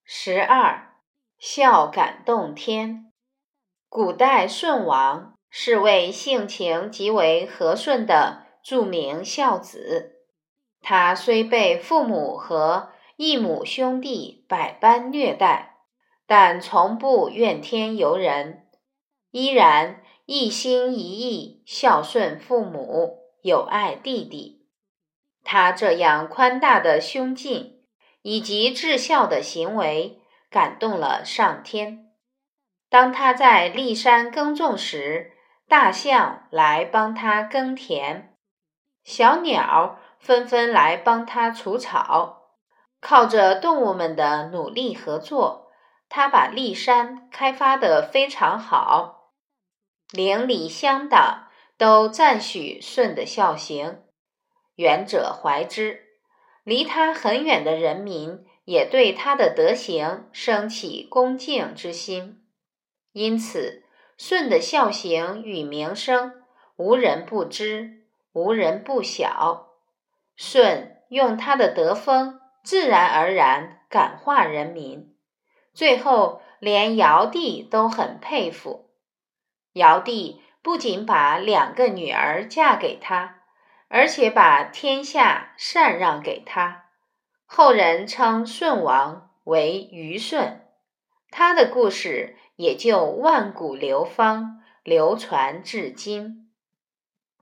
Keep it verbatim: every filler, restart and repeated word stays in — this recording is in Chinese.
十二，孝感动天。古代舜王是位性情极为和顺的著名孝子，他虽被父母和异母兄弟百般虐待，但从不怨天尤人，依然一心一意孝顺父母，友爱弟弟。他这样宽大的胸襟以及至孝的行为感动了上天。当他在骊山耕种时，大象来帮他耕田，小鸟纷纷来帮他除草。靠着动物们的努力合作，他把骊山开发得非常好，邻里乡党都赞许舜的孝行。远者怀之，离他很远的人民也对他的德行升起恭敬之心。因此，舜的孝行与名声，无人不知，无人不晓。舜用他的德风，自然而然感化人民，最后连尧帝都很佩服。尧帝不仅把两个女儿嫁给他，而且把天下禅让给他，后人称舜王为虞舜，他的故事也就万古流芳，流传至今。